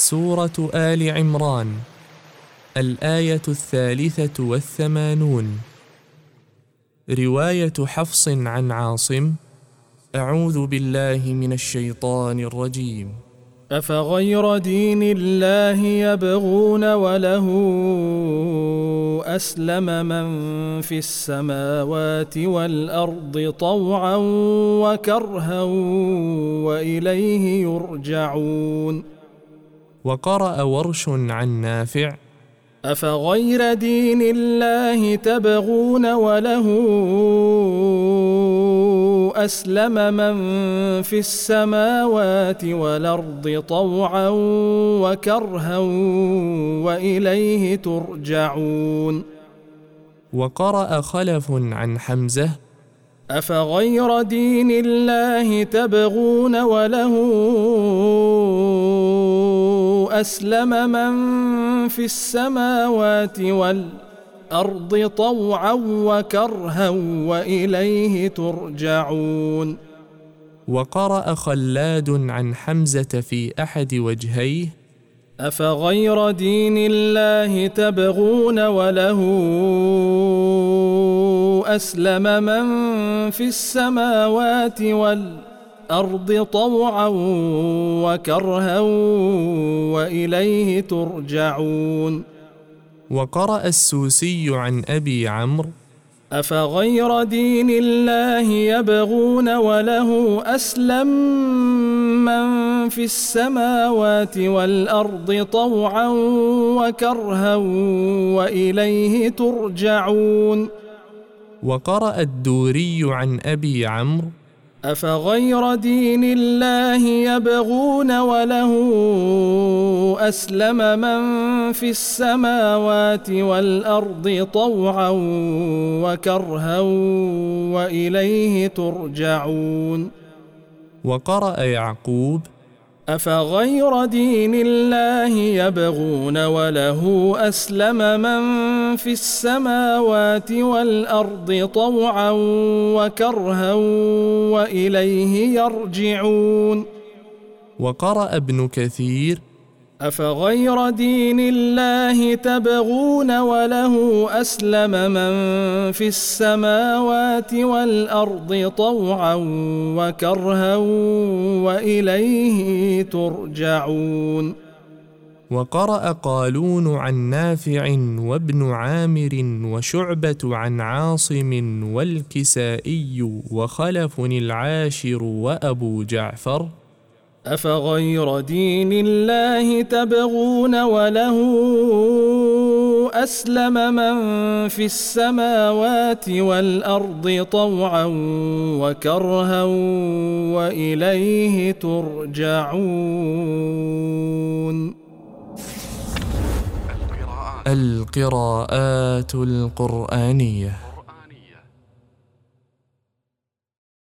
سورة آل عمران، الآية 83. رواية حفص عن عاصم: أعوذ بالله من الشيطان الرجيم. أفغير دين الله يبغون وله أسلم من في السماوات والأرض طوعا وكرها وإليه يرجعون. وقرأ ورش عن نافع: أفغير دين الله تبغون وله أسلم من في السماوات والأرض طوعا وكرها وإليه ترجعون. وقرأ خلف عن حمزة: أفغير دين الله تبغون وله أسلم من في السماوات والأرض طوعا وكرها وإليه ترجعون. وقرأ خلاد عن حمزة في أحد وجهيه: أفغير دين الله تبغون وله أسلم من في السماوات والأرض طوعا وكرها وإليه ترجعون. وقرأ السوسي عن أبي عمرو: أفغير دين الله يبغون وله أسلم من في السماوات والأرض طوعا وكرها وإليه ترجعون. وقرأ الدوري عن أبي عمرو: أفغير دين الله يبغون وله أسلم من في السماوات والأرض طوعا وكرها وإليه ترجعون. وقرأ يعقوب: أفغير دين الله يبغون وله أسلم من في السماوات والأرض طوعا وكرها وإليه يرجعون. وقرأ ابن كثير: أفغير دين الله تبغون وله أسلم من في السماوات والأرض طوعا وكرها وإليه ترجعون. وقرأ قالون عن نافع وابن عامر وشعبة عن عاصم والكسائي وخلف العاشر وأبو جعفر: أفغير دين الله تبغون وله أسلم من في السماوات والأرض طوعا وكرها وإليه ترجعون. القراءات القرآنية.